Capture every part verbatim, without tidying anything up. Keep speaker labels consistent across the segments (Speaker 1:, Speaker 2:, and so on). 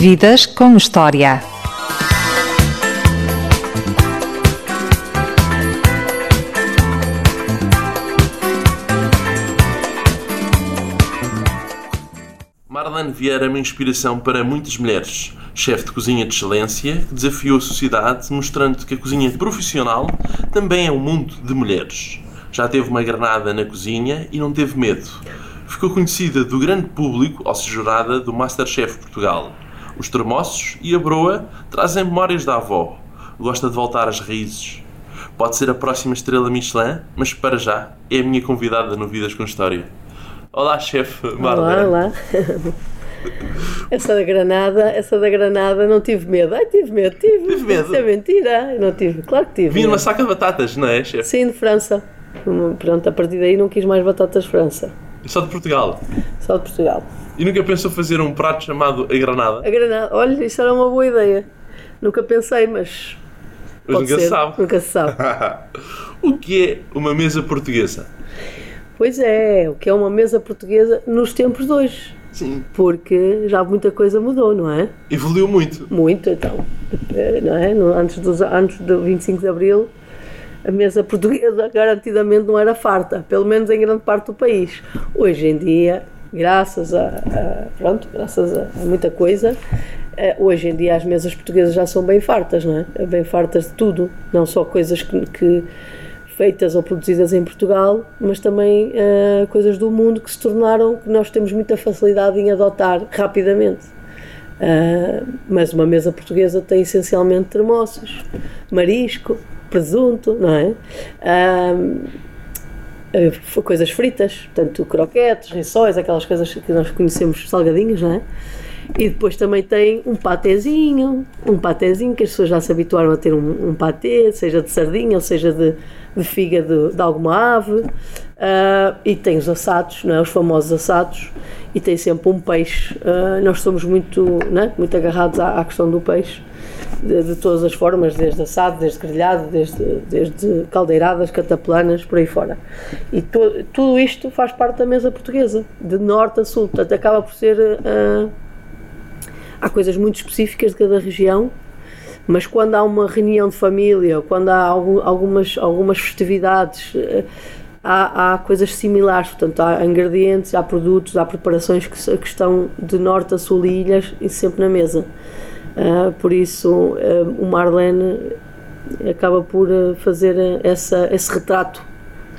Speaker 1: Vidas com História.
Speaker 2: Marlene Vieira é uma inspiração para muitas mulheres. Chefe de cozinha de excelência, que desafiou a sociedade, mostrando que a cozinha profissional também é um mundo de mulheres. Já teve uma granada na cozinha e não teve medo. Ficou conhecida do grande público ao ser jurada do MasterChef Portugal. Os termossos e a broa trazem memórias da avó. Gosta de voltar às raízes. Pode ser a próxima estrela Michelin, mas para já é a minha convidada no Vidas com História. Olá, chefe Marlene.
Speaker 3: Olá, olá. Essa da granada, essa da granada não tive medo. Ai, tive medo, tive.
Speaker 2: Tive medo?
Speaker 3: Isso é mentira. Não tive, claro que tive.
Speaker 2: Vinha numa saca de batatas, não é, chefe?
Speaker 3: Sim, de França. Pronto, a partir daí não quis mais batatas de França.
Speaker 2: Só de Portugal.
Speaker 3: Só de Portugal.
Speaker 2: E nunca pensou fazer um prato chamado a granada?
Speaker 3: A granada, olha, isso era uma boa ideia. Nunca pensei, mas...
Speaker 2: Mas
Speaker 3: pode
Speaker 2: nunca
Speaker 3: ser.
Speaker 2: se sabe.
Speaker 3: Nunca se sabe.
Speaker 2: O que é uma mesa portuguesa?
Speaker 3: Pois é, o que é uma mesa portuguesa nos tempos de hoje.
Speaker 2: Sim.
Speaker 3: Porque já muita coisa mudou, não é?
Speaker 2: Evoluiu muito.
Speaker 3: Muito, então. Não é? No, antes, dos, antes do vinte e cinco de Abril, a mesa portuguesa garantidamente não era farta, pelo menos em grande parte do país. Hoje em dia, graças a, a, pronto, graças a, a muita coisa, hoje em dia as mesas portuguesas já são bem fartas, não é? Bem fartas de tudo, não só coisas que, que feitas ou produzidas em Portugal, mas também uh, coisas do mundo que se tornaram, que nós temos muita facilidade em adotar rapidamente. Uh, mas uma mesa portuguesa tem essencialmente termossos, marisco, presunto, não é? Uh, uh, coisas fritas, portanto croquetes, rissóis, aquelas coisas que nós conhecemos salgadinhas, não é? E depois também tem um patezinho, um patezinho que as pessoas já se habituaram a ter um, um patê, seja de sardinha, ou seja de, de fígado de, de alguma ave, uh, e tem os assados, não é? Os famosos assados, e tem sempre um peixe. Uh, nós somos muito, não é? Muito agarrados à, à questão do peixe, de, de todas as formas, desde assado, desde grelhado, desde, desde caldeiradas, cataplanas, por aí fora. E to, tudo isto faz parte da mesa portuguesa, de norte a sul, portanto acaba por ser... Uh, Há coisas muito específicas de cada região, mas quando há uma reunião de família, ou quando há algum, algumas, algumas festividades, há, há coisas similares, portanto há ingredientes, há produtos, há preparações que, que estão de norte a sul e ilhas e sempre na mesa. Uh, por isso uh, o Marlene acaba por fazer essa, esse retrato.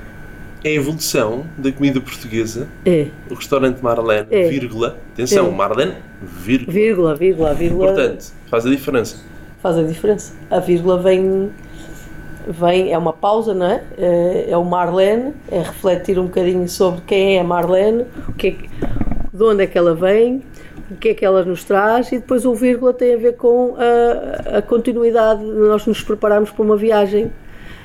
Speaker 2: É a evolução da comida portuguesa.
Speaker 3: É.
Speaker 2: O restaurante Marlene,
Speaker 3: é.
Speaker 2: vírgula. Atenção,
Speaker 3: é.
Speaker 2: Marlene, vírgula.
Speaker 3: Vírgula, vírgula, vírgula.
Speaker 2: Portanto, faz a diferença.
Speaker 3: Faz a diferença. A vírgula vem, vem é uma pausa, não é? É, é o Marlene, é refletir um bocadinho sobre quem é a Marlene, o que é, de onde é que ela vem, o que é que ela nos traz, e depois o vírgula tem a ver com a, a continuidade de nós nos prepararmos para uma viagem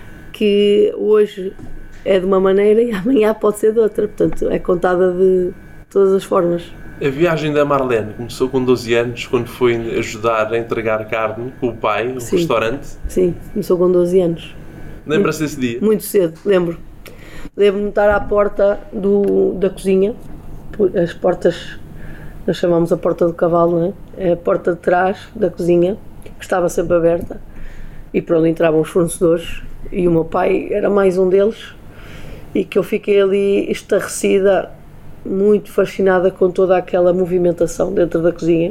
Speaker 3: que hoje é de uma maneira e amanhã pode ser de outra, portanto é contada de todas as formas.
Speaker 2: A viagem da Marlene começou com doze anos, quando foi ajudar a entregar carne com o pai no
Speaker 3: sim,
Speaker 2: restaurante.
Speaker 3: Sim, começou com doze anos.
Speaker 2: Lembra-se desse dia?
Speaker 3: Muito cedo, lembro. Lembro-me de estar à porta do, da cozinha, as portas, nós chamamos a porta do cavalo, não é? É a porta de trás da cozinha, que estava sempre aberta, e por onde entravam os fornecedores, e o meu pai era mais um deles, e que eu fiquei ali estarrecida, muito fascinada com toda aquela movimentação dentro da cozinha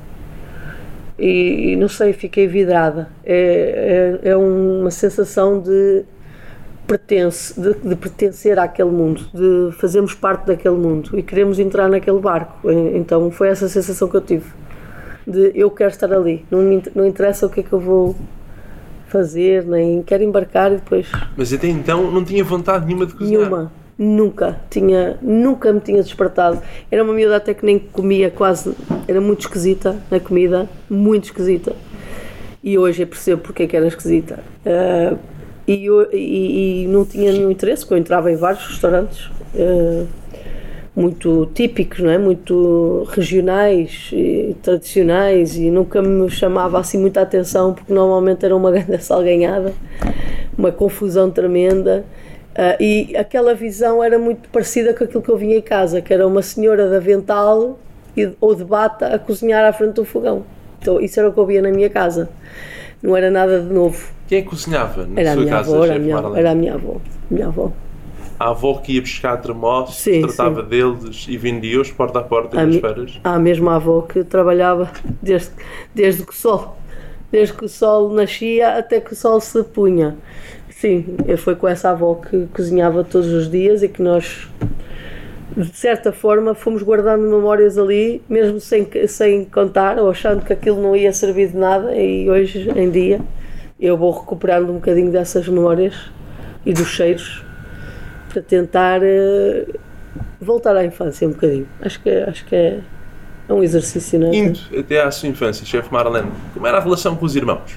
Speaker 3: e, e não sei, fiquei vidrada. É, é, é uma sensação de, pertence, de, de pertencer àquele mundo, de fazermos parte daquele mundo e queremos entrar naquele barco. Então foi essa sensação que eu tive, de eu quero estar ali, não, me, não interessa o que é que eu vou fazer, nem quero embarcar e depois...
Speaker 2: Mas até então não tinha vontade nenhuma de cozinhar?
Speaker 3: Nenhuma, nunca, tinha, nunca me tinha despertado. Era uma miúda até que nem comia quase, era muito esquisita na comida, muito esquisita. E hoje eu percebo porque é que era esquisita. Uh, e, eu, e, e não tinha nenhum interesse, porque eu entrava em vários restaurantes, uh, muito típicos, não é? Muito regionais e tradicionais, e nunca me chamava assim muita atenção porque normalmente era uma grande salganhada, uma confusão tremenda, uh, e aquela visão era muito parecida com aquilo que eu vinha em casa, que era uma senhora de avental e, ou de bata a cozinhar à frente do fogão. Então isso era o que eu via na minha casa. Não era nada de novo.
Speaker 2: Quem é que cozinhava na
Speaker 3: Era a
Speaker 2: sua
Speaker 3: minha
Speaker 2: casa,
Speaker 3: avó, era a
Speaker 2: chefe
Speaker 3: minha,
Speaker 2: Marlene?
Speaker 3: era a minha avó. Minha avó.
Speaker 2: A avó que ia buscar tremoços,
Speaker 3: Sim,
Speaker 2: tratava
Speaker 3: sim.
Speaker 2: deles e vendia-os porta a porta
Speaker 3: A
Speaker 2: nas
Speaker 3: mi-
Speaker 2: feiras.
Speaker 3: Há a mesma avó que trabalhava desde, desde que o sol, desde que o sol nascia até que o sol se punha. Sim, foi com essa avó que cozinhava todos os dias e que nós, de certa forma, fomos guardando memórias ali, mesmo sem, sem contar, ou achando que aquilo não ia servir de nada, e hoje em dia eu vou recuperando um bocadinho dessas memórias e dos cheiros para tentar eh, voltar à infância um bocadinho. Acho que, acho que é, é um exercício, não é?
Speaker 2: Indo até à sua infância, chefe Marlene, como era a relação com os irmãos?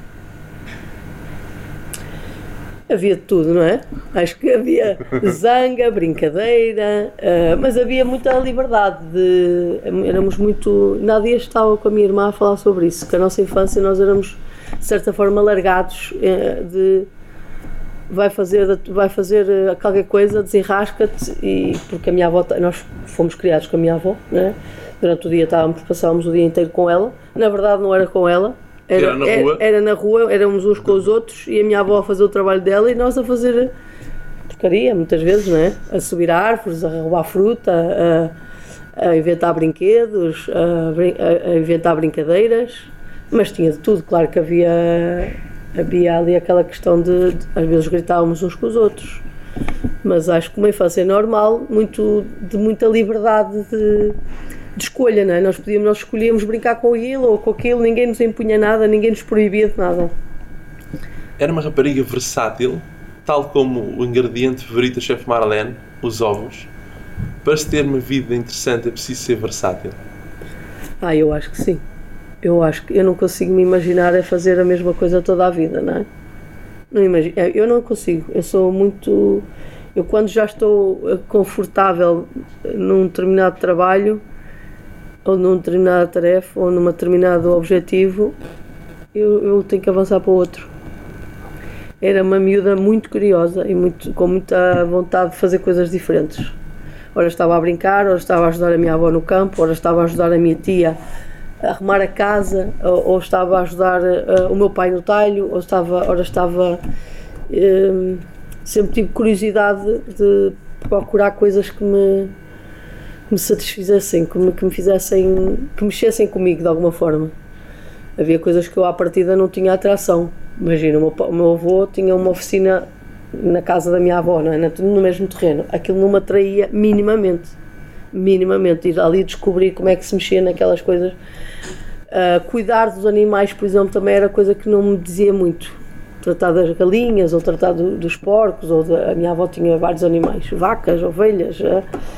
Speaker 3: Havia de tudo, não é? Acho que havia zanga, brincadeira, uh, mas havia muita liberdade. De, éramos muito. Ainda há dias estava com a minha irmã a falar sobre isso, que a nossa infância nós éramos, de certa forma, largados uh, de. Vai fazer, vai fazer qualquer coisa, desenrasca-te, e porque a minha avó, nós fomos criados com a minha avó, não é? Durante o dia estávamos, passávamos o dia inteiro com ela, na verdade não era com ela, era,
Speaker 2: Era na rua?
Speaker 3: era, era na rua, éramos uns com os outros, e a minha avó a fazer o trabalho dela e nós a fazer porcaria, muitas vezes, não é? A subir a árvores, a roubar fruta, a, a inventar brinquedos, a, brin- a, a inventar brincadeiras, mas tinha de tudo, claro que havia... Havia ali aquela questão de, de, às vezes gritávamos uns com os outros, mas acho que uma infância é normal, muito, de muita liberdade de, de escolha, não é? Nós podíamos, nós escolhíamos brincar com aquilo ou com aquilo, ninguém nos impunha nada, ninguém nos proibia de nada.
Speaker 2: Era uma rapariga versátil, tal como o ingrediente favorito da chefe Marlene, os ovos. Para se ter uma vida interessante é preciso ser versátil.
Speaker 3: Ah, eu acho que sim. Eu acho que eu não consigo me imaginar a fazer a mesma coisa toda a vida, não é? Não imagino, eu não consigo, eu sou muito... Eu quando já estou confortável num determinado trabalho, ou numa determinada tarefa, ou num determinado objetivo, eu, eu tenho que avançar para o outro. Era uma miúda muito curiosa e muito, com muita vontade de fazer coisas diferentes. Ora estava a brincar, ora estava a ajudar a minha avó no campo, ora estava a ajudar a minha tia a arrumar a casa, ou, ou estava a ajudar uh, o meu pai no talho, ou estava, ora estava... Um, sempre tive curiosidade de procurar coisas que me, que me satisfizessem, que me, que me fizessem, que mexessem comigo de alguma forma. Havia coisas que eu à partida não tinha atração. Imagina, o meu, o meu avô tinha uma oficina na casa da minha avó, não é? No mesmo terreno. Aquilo não me atraía minimamente. Minimamente. Ir ali descobrir como é que se mexia naquelas coisas. Uh, cuidar dos animais, por exemplo, também era coisa que não me dizia muito. Tratar das galinhas, ou tratar do, dos porcos, ou de, a minha avó tinha vários animais, vacas, ovelhas, uh,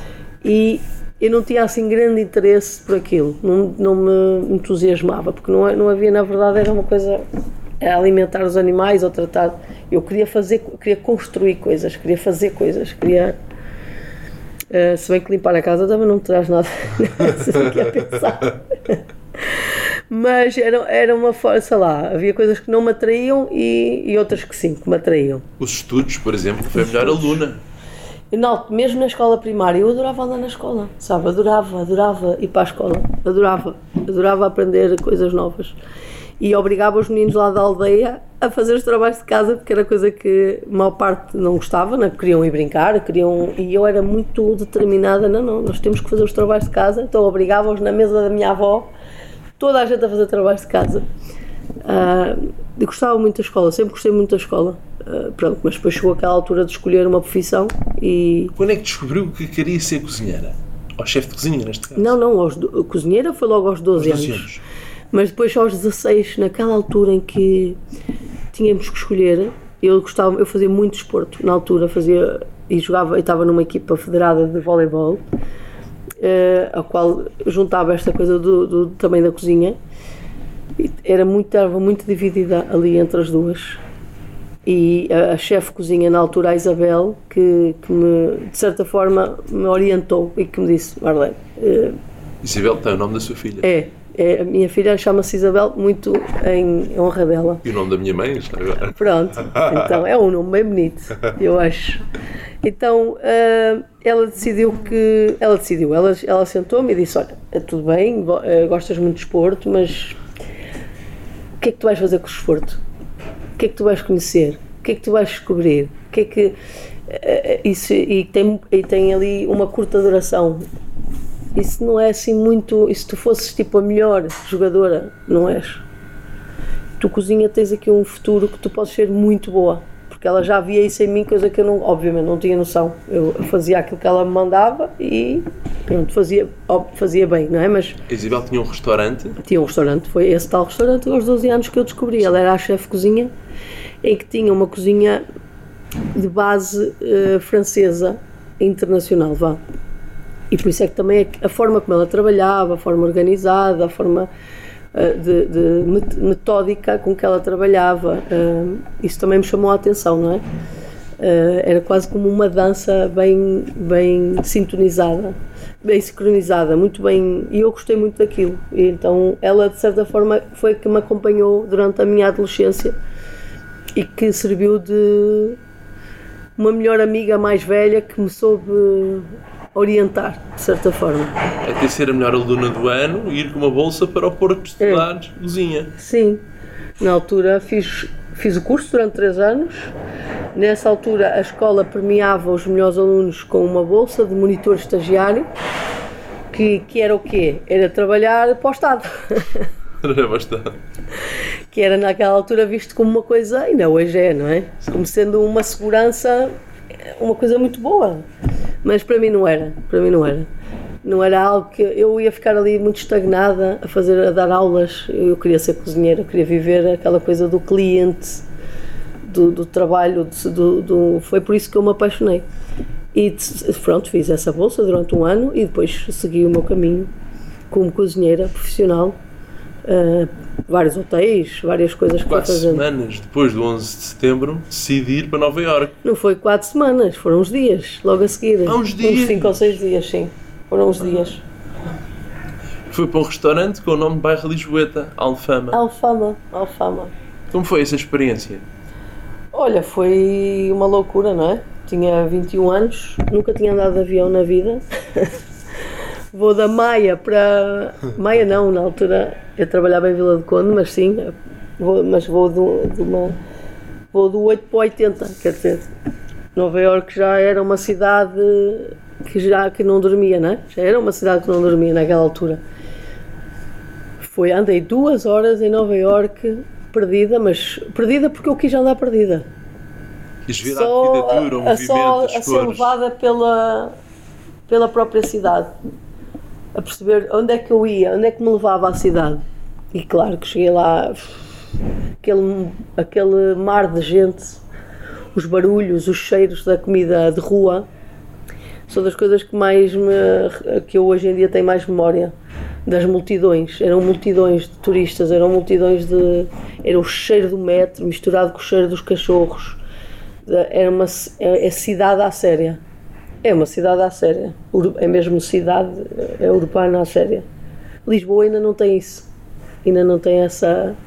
Speaker 3: e eu não tinha assim grande interesse por aquilo, não, não me entusiasmava, porque não, não havia, na verdade, era uma coisa, era alimentar os animais ou tratar, eu queria fazer, queria construir coisas, queria fazer coisas, queria, uh, se bem que limpar a casa também não me traz nada, se não quer pensar. Mas era, era uma forma, sei lá, havia coisas que não me atraíam e, e outras que sim, que me atraíam.
Speaker 2: Os estudos, por exemplo, foi a melhor aluna.
Speaker 3: Não, mesmo na escola primária, eu adorava andar na escola, sabe? Adorava, adorava ir para a escola, adorava, adorava aprender coisas novas. E obrigava os meninos lá da aldeia a fazer os trabalhos de casa, porque era coisa que a maior parte não gostava, não queriam ir brincar, queriam, e eu era muito determinada, não, não, nós temos que fazer os trabalhos de casa, então obrigava-os na mesa da minha avó, toda a gente a fazer trabalhos de casa. Uh, eu gostava muito da escola, sempre gostei muito da escola, uh, pronto, mas depois chegou aquela altura de escolher uma profissão e...
Speaker 2: Quando é que descobriu que queria ser cozinheira? Ou chefe de cozinha, neste caso?
Speaker 3: Não, não, aos, a cozinheira foi logo aos doze,
Speaker 2: aos doze
Speaker 3: anos.
Speaker 2: anos.
Speaker 3: Mas depois aos dezasseis, naquela altura em que tínhamos que escolher, eu gostava, eu fazia muito desporto, na altura fazia, e jogava, e estava numa equipa federada de voleibol, uh, a qual juntava esta coisa do, do, também da cozinha, e era muito, estava muito dividida ali entre as duas. E a, a chefe de cozinha na altura, a Isabel, que, que me, de certa forma, me orientou e que me disse, Marlene... Uh,
Speaker 2: Isabel tem o nome da sua filha?
Speaker 3: É. É, a minha filha chama-se Isabel, muito em honra dela.
Speaker 2: E o nome da minha mãe está agora.
Speaker 3: Pronto, então é um nome bem bonito, eu acho. Então uh, ela decidiu que. Ela decidiu, ela, ela sentou-me e disse: olha, é tudo bem, uh, gostas muito de desporto, mas o que é que tu vais fazer com o desporto? O que é que tu vais conhecer? O que é que tu vais descobrir? O que é que. Uh, isso, e, tem, e tem ali uma curta duração. Isso não é assim muito. E se tu fosses tipo a melhor jogadora, não és? Tu cozinha tens aqui um futuro que tu podes ser muito boa. Porque ela já via isso em mim, coisa que eu não, obviamente não tinha noção. Eu fazia aquilo que ela me mandava e pronto, fazia, fazia bem, não é? Mas
Speaker 2: a Isabel tinha um restaurante?
Speaker 3: Tinha um restaurante, foi esse tal restaurante aos doze anos que eu descobri. Ela era a chefe de cozinha, em que tinha uma cozinha de base uh, francesa, internacional, vá. E por isso é que também a forma como ela trabalhava, a forma organizada, a forma De, de metódica com que ela trabalhava, uh, isso também me chamou a atenção, não é? Uh, era quase como uma dança bem, bem sintonizada, bem sincronizada, muito bem, e eu gostei muito daquilo. E então ela, de certa forma, foi que me acompanhou durante a minha adolescência e que serviu de uma melhor amiga mais velha que me soube orientar, de certa forma.
Speaker 2: Até ser a melhor aluna do ano e ir com uma bolsa para o Porto estudar é. cozinha.
Speaker 3: Sim, na altura fiz, fiz o curso durante três anos. Nessa altura a escola premiava os melhores alunos com uma bolsa de monitor estagiário, que, que era o quê? Era trabalhar para o Estado.
Speaker 2: Era bastante.
Speaker 3: Que era naquela altura visto como uma coisa, ainda hoje é, não é? Como sendo uma segurança, uma coisa muito boa. Mas para mim não era, para mim não era. Não era algo que eu ia ficar ali muito estagnada a fazer, a dar aulas. Eu queria ser cozinheira, eu queria viver aquela coisa do cliente, do, do trabalho, do, do, foi por isso que eu me apaixonei. E pronto, fiz essa bolsa durante um ano e depois segui o meu caminho como cozinheira profissional. Uh, vários hotéis, várias coisas que
Speaker 2: quatro
Speaker 3: fui fazendo.
Speaker 2: Semanas depois do onze de setembro decidi ir para Nova Iorque.
Speaker 3: Não foi quatro semanas, foram uns dias, logo a seguir.
Speaker 2: Há uns dias?
Speaker 3: Uns cinco ou seis dias, sim. Foram uns dias.
Speaker 2: Foi para um restaurante com o nome de bairro Lisboeta, Alfama.
Speaker 3: Alfama, Alfama.
Speaker 2: Como foi essa experiência?
Speaker 3: Olha, foi uma loucura, não é? Tinha vinte e um anos, nunca tinha andado de avião na vida. Vou da Maia para... Maia não, na altura eu trabalhava em Vila do Conde, mas sim, vou, mas vou do, de uma... Vou do oito para o oitenta, quer dizer, Nova Iorque já era uma cidade que já que não dormia, não é? Já era uma cidade que não dormia naquela altura. Foi, andei duas horas em Nova Iorque, perdida, mas perdida porque eu quis andar perdida.
Speaker 2: Quis ver só a arquitetura, o movimento,
Speaker 3: só
Speaker 2: as
Speaker 3: a
Speaker 2: cores.
Speaker 3: Ser levada pela, pela própria cidade. A perceber onde é que eu ia, onde é que me levava a cidade. E claro que cheguei lá, aquele, aquele mar de gente, os barulhos, os cheiros da comida de rua, são das coisas que mais me, que eu hoje em dia tenho mais memória, das multidões. Eram multidões de turistas, eram multidões de... Era o cheiro do metro misturado com o cheiro dos cachorros. Era uma é, é cidade à séria. É uma cidade à séria, é mesmo cidade, é urbana à séria. Lisboa ainda não tem isso, ainda não tem essa...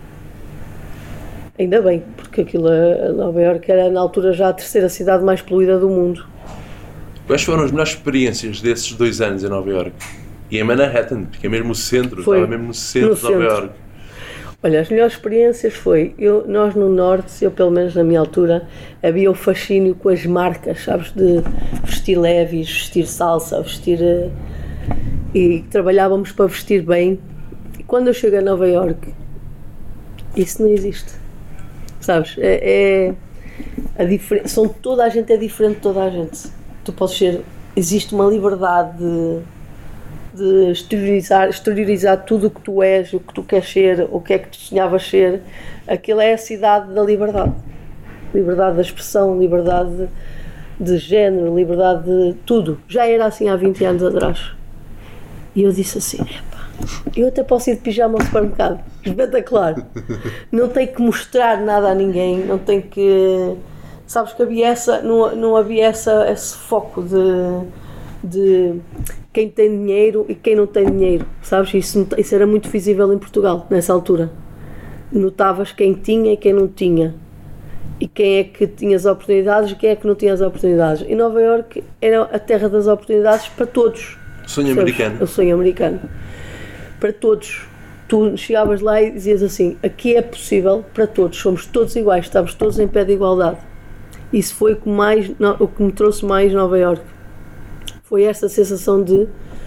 Speaker 3: Ainda bem, porque aquilo, a Nova Iorque era na altura já a terceira cidade mais poluída do mundo.
Speaker 2: Quais foram as melhores experiências desses dois anos em Nova Iorque? E em Manhattan, porque é mesmo o centro,
Speaker 3: foi,
Speaker 2: estava mesmo no centro
Speaker 3: no
Speaker 2: de Nova
Speaker 3: centro.
Speaker 2: Iorque.
Speaker 3: Olha, as melhores experiências foi, eu, nós no Norte, eu pelo menos na minha altura, havia o fascínio com as marcas, sabes, de vestir leves, vestir salsa, vestir... Uh, e trabalhávamos para vestir bem. E quando eu chego a Nova Iorque, isso não existe, sabes, é... é a difer- são, toda a gente é diferente de toda a gente. Tu podes ser... Existe uma liberdade de... de exteriorizar, exteriorizar tudo o que tu és, o que tu queres ser, o que é que tu sonhavas ser. Aquilo é a cidade da liberdade. Liberdade de expressão, liberdade de, de género, liberdade de tudo. Já era assim há vinte anos atrás. E eu disse assim, epá, eu até posso ir de pijama ao supermercado. Espetacular. Não tenho que mostrar nada a ninguém, não tenho que... Sabes que havia essa, não, não havia essa, esse foco de... de quem tem dinheiro e quem não tem dinheiro, sabes? Isso, isso era muito visível em Portugal, nessa altura. Notavas quem tinha e quem não tinha. e quem é que tinha as oportunidades e quem é que não tinha as oportunidades. E Nova Iorque era a terra das oportunidades para todos.
Speaker 2: Sonho
Speaker 3: Percebes?
Speaker 2: americano.
Speaker 3: O sonho americano. Para todos. Tu chegavas lá e dizias assim, aqui é possível para todos, somos todos iguais, estamos todos em pé de igualdade. Isso foi o que, mais, o que me trouxe mais Nova Iorque. Foi esta sensação de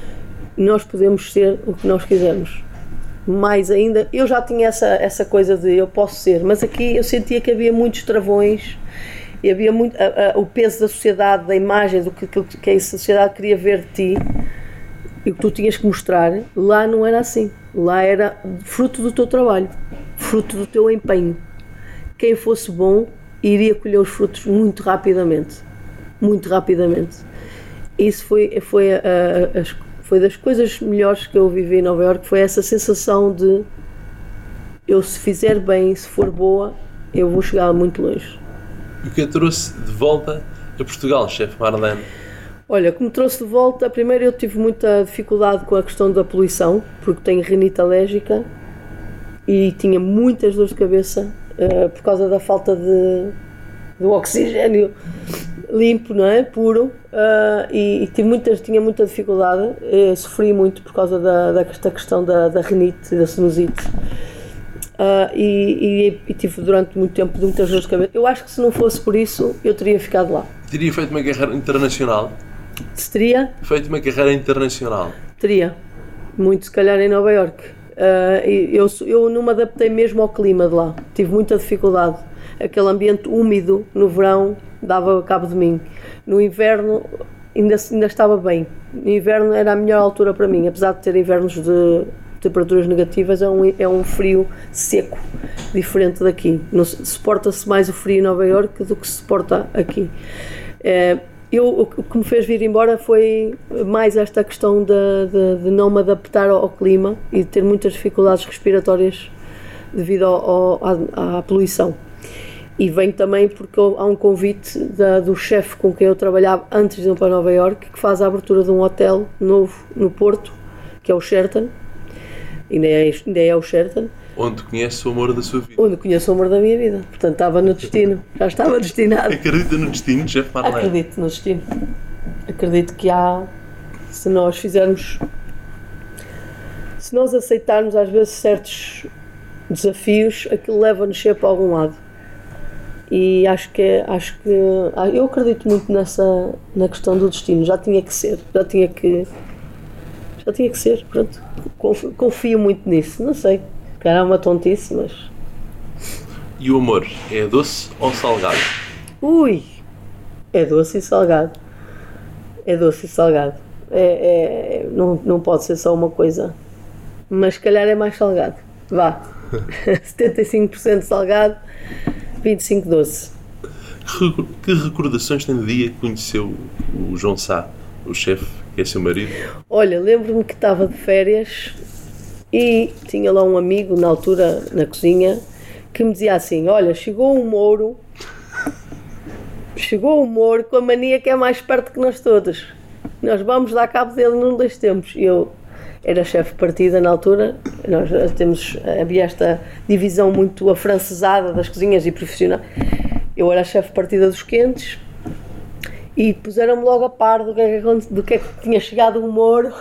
Speaker 3: nós podemos ser o que nós quisermos. Mais ainda, eu já tinha essa, essa coisa de eu posso ser, mas aqui eu sentia que havia muitos travões e havia muito, a, a, o peso da sociedade, da imagem, do que, que, que a sociedade queria ver de ti e o que tu tinhas que mostrar. Lá não era assim, lá era fruto do teu trabalho, fruto do teu empenho. Quem fosse bom iria colher os frutos muito rapidamente, muito rapidamente. Isso foi, foi a, a, as Foi das coisas melhores que eu vivi em Nova Iorque, foi essa sensação de eu, se fizer bem, se for boa, eu vou chegar muito longe.
Speaker 2: E o que a trouxe de volta a Portugal, chefe Marlene?
Speaker 3: Olha, o que me trouxe de volta, primeiro eu tive muita dificuldade com a questão da poluição, porque tenho rinite alérgica e tinha muitas dores de cabeça uh, por causa da falta de, do oxigênio limpo, não é? Puro, uh, e, e tive muitas, tinha muita dificuldade, uh, sofri muito por causa da, da, da questão da, da rinite e da sinusite, uh, e, e, e tive durante muito tempo muitas dores de cabeça. Eu acho que se não fosse por isso, eu teria ficado lá.
Speaker 2: Teria feito uma carreira internacional?
Speaker 3: Se teria?
Speaker 2: Feito uma carreira internacional?
Speaker 3: Teria, muito se calhar em Nova Iorque. Uh, eu, eu não me adaptei mesmo ao clima de lá, tive muita dificuldade. Aquele ambiente úmido no verão dava cabo de mim. No inverno ainda, ainda estava bem. No inverno era a melhor altura para mim, apesar de ter invernos de temperaturas negativas, é um, é um frio seco, diferente daqui. Suporta-se mais o frio em Nova Iorque do que se suporta aqui. É, eu, o que me fez vir embora foi mais esta questão de, de, de não me adaptar ao, ao clima e de ter muitas dificuldades respiratórias devido ao, ao, à, à poluição. E venho também porque há um convite da, do chefe com quem eu trabalhava antes de ir para Nova Iorque, que faz a abertura de um hotel novo no Porto, que é o Sheraton, ainda é, ainda é o Sheraton.
Speaker 2: Onde conhece o amor da sua vida.
Speaker 3: Onde conheço o amor da minha vida, portanto estava no destino, já estava destinado.
Speaker 2: Acredita no destino, chefe Marlene?
Speaker 3: Acredito no destino, acredito que há, se nós fizermos, se nós aceitarmos às vezes certos desafios, aquilo leva-nos sempre para algum lado. E acho que, acho que eu acredito muito nessa, na questão do destino, já tinha que ser, já tinha que, já tinha que ser, pronto, confio, confio muito nisso, não sei, cara, é uma tontice, mas...
Speaker 2: E o amor, é doce ou salgado?
Speaker 3: Ui, é doce e salgado, é doce e salgado, é, é, não, não pode ser só uma coisa, mas se calhar é mais salgado, vá, setenta e cinco por cento salgado, vinte e cinco doce.
Speaker 2: Que recordações tem do dia que conheceu o João Sá, o chefe, que é seu marido?
Speaker 3: Olha, lembro-me que estava de férias e tinha lá um amigo, na altura, na cozinha, que me dizia assim, olha, chegou um Mouro, chegou um Mouro com a mania que é mais perto que nós todos. Nós vamos dar cabo dele num dos tempos. E eu era chefe de partida na altura, nós temos, havia esta divisão muito afrancesada das cozinhas e profissionais. Eu era chefe de partida dos quentes e puseram-me logo a par do que é que, do que, é que tinha chegado o Mouro.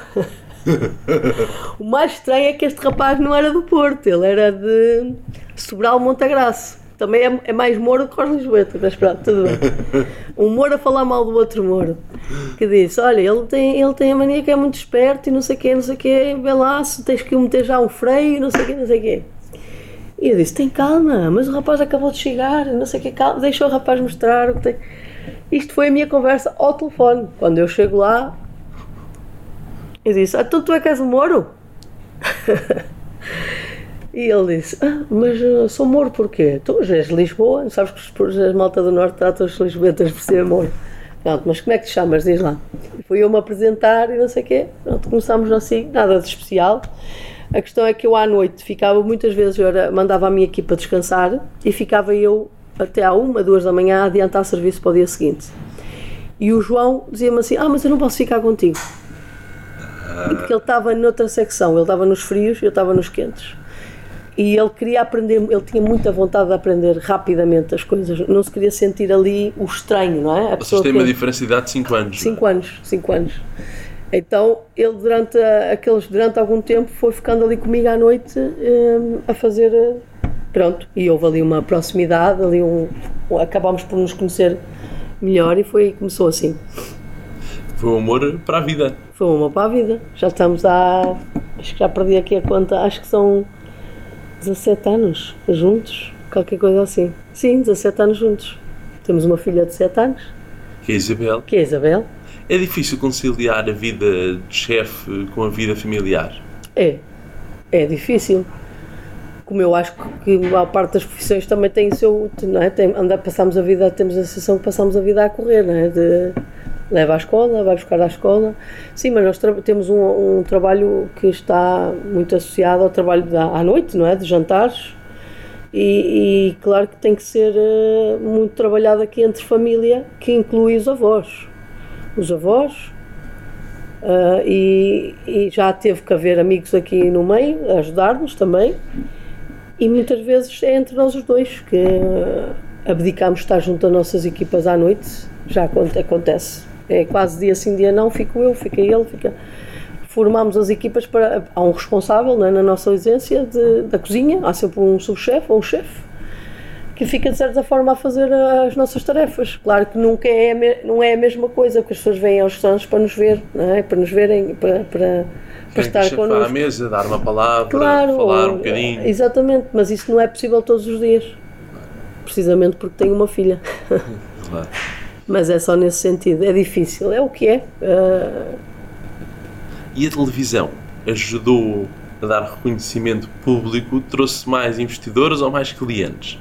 Speaker 3: O mais estranho é que este rapaz não era do Porto, ele era de Sobral Montagraço. Também é, é mais Mouro que os Lisboetas, mas pronto, tudo bem. Um Mouro a falar mal do outro Mouro, que disse, olha, ele tem, ele tem a mania que é muito esperto e não sei o quê, não sei o quê, vê lá, se tens que meter já um freio, não sei o quê, não sei o quê. E eu disse, tem calma, mas o rapaz acabou de chegar, não sei o quê, calma, deixa o rapaz mostrar o que tem. Isto foi a minha conversa ao telefone. Quando eu chego lá, eu disse, ah, então tu é que és o Mouro? E ele disse, ah, mas uh, sou Mouro porquê? Tu és de Lisboa, sabes que os, as malta do Norte tratam os lisboetas por ser Mouro. Pronto, mas como é que te chamas? Diz lá. E fui eu me apresentar e não sei o quê. Pronto, começámos assim, nada de especial. A questão é que eu à noite ficava, muitas vezes eu era, mandava a minha equipa descansar e ficava eu até à uma, duas da manhã a adiantar serviço para o dia seguinte. E o João dizia-me assim, ah, mas eu não posso ficar contigo. E porque ele estava noutra secção, ele estava nos frios e eu estava nos quentes. e ele queria aprender, ele tinha muita vontade de aprender rapidamente as coisas, não se queria sentir ali o estranho, não é? A
Speaker 2: Vocês têm
Speaker 3: que...
Speaker 2: uma diferença de idade de cinco anos.
Speaker 3: cinco anos, cinco anos. Então ele durante, a, aqueles, durante algum tempo foi ficando ali comigo à noite um, a fazer, pronto, e houve ali uma proximidade, ali um, acabámos por nos conhecer melhor e foi, começou assim.
Speaker 2: Foi um amor para a vida.
Speaker 3: Foi um amor para a vida, já estamos há, acho que já perdi aqui a conta, acho que são dezassete anos juntos, qualquer coisa assim. Sim, dezassete anos juntos. Temos uma filha de sete anos.
Speaker 2: Que é a Isabel.
Speaker 3: Que é a Isabel.
Speaker 2: É difícil conciliar a vida de chefe com a vida familiar?
Speaker 3: É, é difícil. Como eu acho que a parte das profissões também tem o seu, não é? Tem, andar, passamos a vida, temos a sensação que passamos a vida a correr, não é? De, leva à escola, vai buscar à escola. Sim, mas nós tra- temos um, um trabalho que está muito associado ao trabalho da, à noite, não é? De jantares. E, e claro que tem que ser uh, muito trabalhado aqui entre família, que inclui os avós. Os avós, uh, e, e já teve que haver amigos aqui no meio, a ajudar-nos também, e muitas vezes é entre nós os dois que uh, abdicamos de estar junto às nossas equipas à noite, já acontece, é quase dia sim dia não, fico eu, fica ele, fica... Formamos as equipas para, há um responsável, não é, na nossa ausência de, da cozinha, há sempre um subchefe ou um chefe, que fica de certa forma a fazer as nossas tarefas. Claro que nunca é, não é a mesma coisa, porque as pessoas vêm aos restaurantes para nos ver, não é? Para nos verem, para, para, para estar
Speaker 2: que
Speaker 3: connosco.
Speaker 2: à mesa, dar uma palavra,
Speaker 3: claro,
Speaker 2: falar
Speaker 3: ou,
Speaker 2: um bocadinho.
Speaker 3: Exatamente, mas isso não é possível todos os dias, precisamente porque tenho uma filha.
Speaker 2: Claro.
Speaker 3: Mas é só nesse sentido, é difícil, é o que é. Uh...
Speaker 2: E a televisão ajudou a dar reconhecimento público? Trouxe mais investidores ou mais clientes?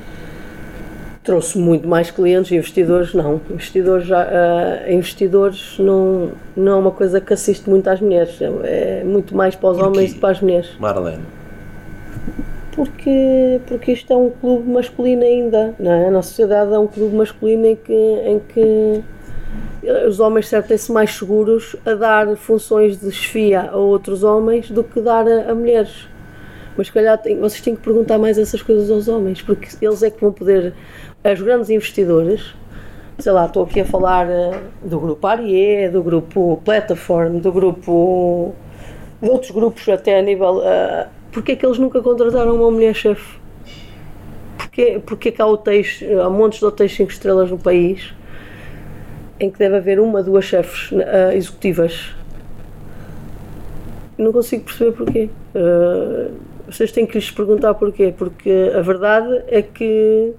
Speaker 3: Trouxe muito mais clientes, investidores não. Investidores, já, uh, investidores não, não é uma coisa que assiste muito às mulheres, é muito mais para os
Speaker 2: Por
Speaker 3: homens
Speaker 2: quê,
Speaker 3: do que para as mulheres.
Speaker 2: Marlene?
Speaker 3: Porque, porque isto é um clube masculino ainda, não é? A nossa sociedade é um clube masculino em que, em que os homens sentem-se mais seguros a dar funções de chefia a outros homens do que dar a, a mulheres. Mas se calhar tem, vocês têm que perguntar mais essas coisas aos homens, porque eles é que vão poder, os grandes investidores, sei lá, estou aqui a falar uh, do grupo Arié, do grupo Platform, do grupo, de outros grupos até a nível, uh, porque é que eles nunca contrataram uma mulher-chefe? Porque, porque é que há hotéis, há montes de hotéis cinco estrelas no país, em que deve haver uma, duas chefes uh, executivas? Não consigo perceber porquê. Uh, vocês têm que lhes perguntar porquê, porque a verdade é que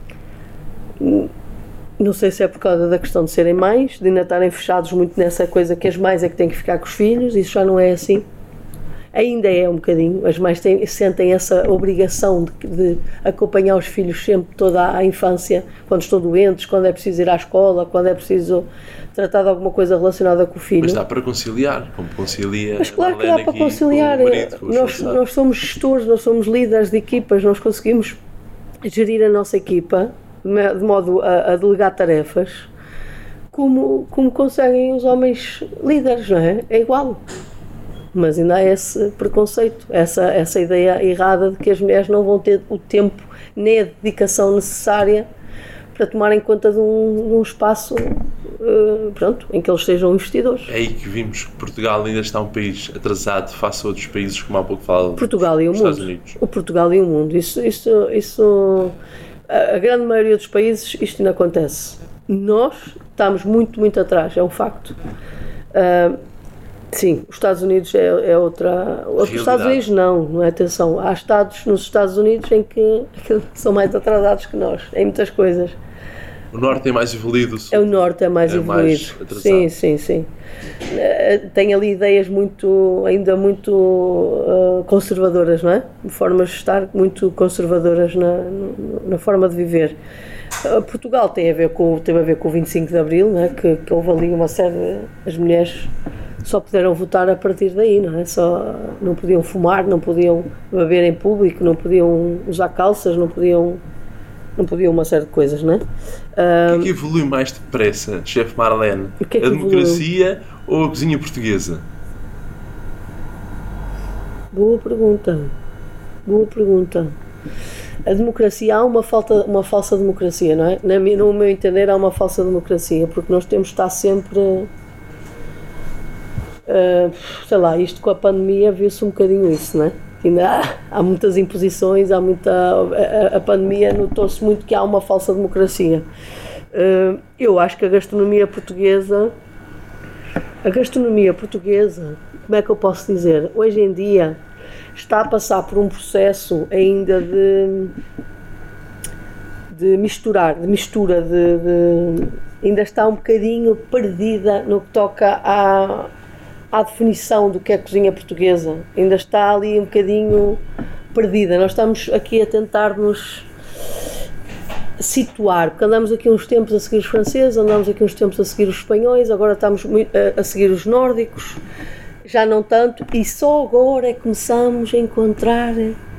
Speaker 3: não sei se é por causa da questão de serem mães, de ainda estarem fechados muito nessa coisa que as mães é que têm que ficar com os filhos, isso já não é assim. Ainda é um bocadinho, as mães têm, sentem essa obrigação de, de acompanhar os filhos sempre toda a infância, quando estão doentes, quando é preciso ir à escola, quando é preciso tratar de alguma coisa relacionada com o filho.
Speaker 2: Mas dá para conciliar, como concilia.
Speaker 3: Mas claro que dá para conciliar. Marido, nós, nós somos gestores, nós somos líderes de equipas, nós conseguimos gerir a nossa equipa de modo a, a delegar tarefas como, como conseguem os homens líderes, não é? É igual. Mas ainda há esse preconceito, essa, essa ideia errada de que as mulheres não vão ter o tempo nem a dedicação necessária para tomarem conta de um, de um espaço uh, pronto, em que eles sejam investidores.
Speaker 2: É aí que vimos que Portugal ainda está um país atrasado face a outros países, como há pouco falado,
Speaker 3: Portugal e o
Speaker 2: Estados
Speaker 3: mundo.
Speaker 2: Unidos.
Speaker 3: O Portugal e o mundo. Isso, isso, isso, a, a grande maioria dos países isto não acontece. Nós estamos muito, muito atrás, é um facto. Uh, Sim, os Estados Unidos é, é outra... Os Estados Unidos não, não é? Atenção, há estados nos Estados Unidos em que, que são mais atrasados que nós, em muitas coisas.
Speaker 2: O Norte é mais evoluído, o Sul
Speaker 3: é o Norte é mais
Speaker 2: é
Speaker 3: evoluído.
Speaker 2: Mais atrasado.
Speaker 3: Sim, sim, sim. Tem ali ideias muito, ainda muito uh, conservadoras, não é? Formas de estar muito conservadoras na, na forma de viver. Uh, Portugal tem a ver com, teve a ver com o vinte e cinco de Abril, não é? que, que houve ali uma série de... As mulheres só puderam votar a partir daí, não é? Só não podiam fumar, não podiam beber em público, não podiam usar calças, não podiam, não podiam uma série de coisas, não é?
Speaker 2: Uh, o que é que evolui mais depressa, chefe Marlene?
Speaker 3: Que é que
Speaker 2: a democracia evolui? Ou a cozinha portuguesa?
Speaker 3: Boa pergunta. boa pergunta. A democracia, há uma, falta, uma falsa democracia, não é? Na, no meu entender, há uma falsa democracia, porque nós temos de estar sempre, uh, sei lá, isto com a pandemia viu-se um bocadinho isso, não é? Ainda há, há muitas imposições, há muita, a, a pandemia notou-se muito que há uma falsa democracia. Uh, eu acho que a gastronomia portuguesa, a gastronomia portuguesa, como é que eu posso dizer, hoje em dia está a passar por um processo ainda de, de misturar, de mistura, de, de, ainda está um bocadinho perdida no que toca à, à definição do que é cozinha portuguesa, ainda está ali um bocadinho perdida. Nós estamos aqui a tentar nos situar, porque andamos aqui uns tempos a seguir os franceses, andamos aqui uns tempos a seguir os espanhóis, agora estamos a seguir os nórdicos, já não tanto, e só agora é que começamos a encontrar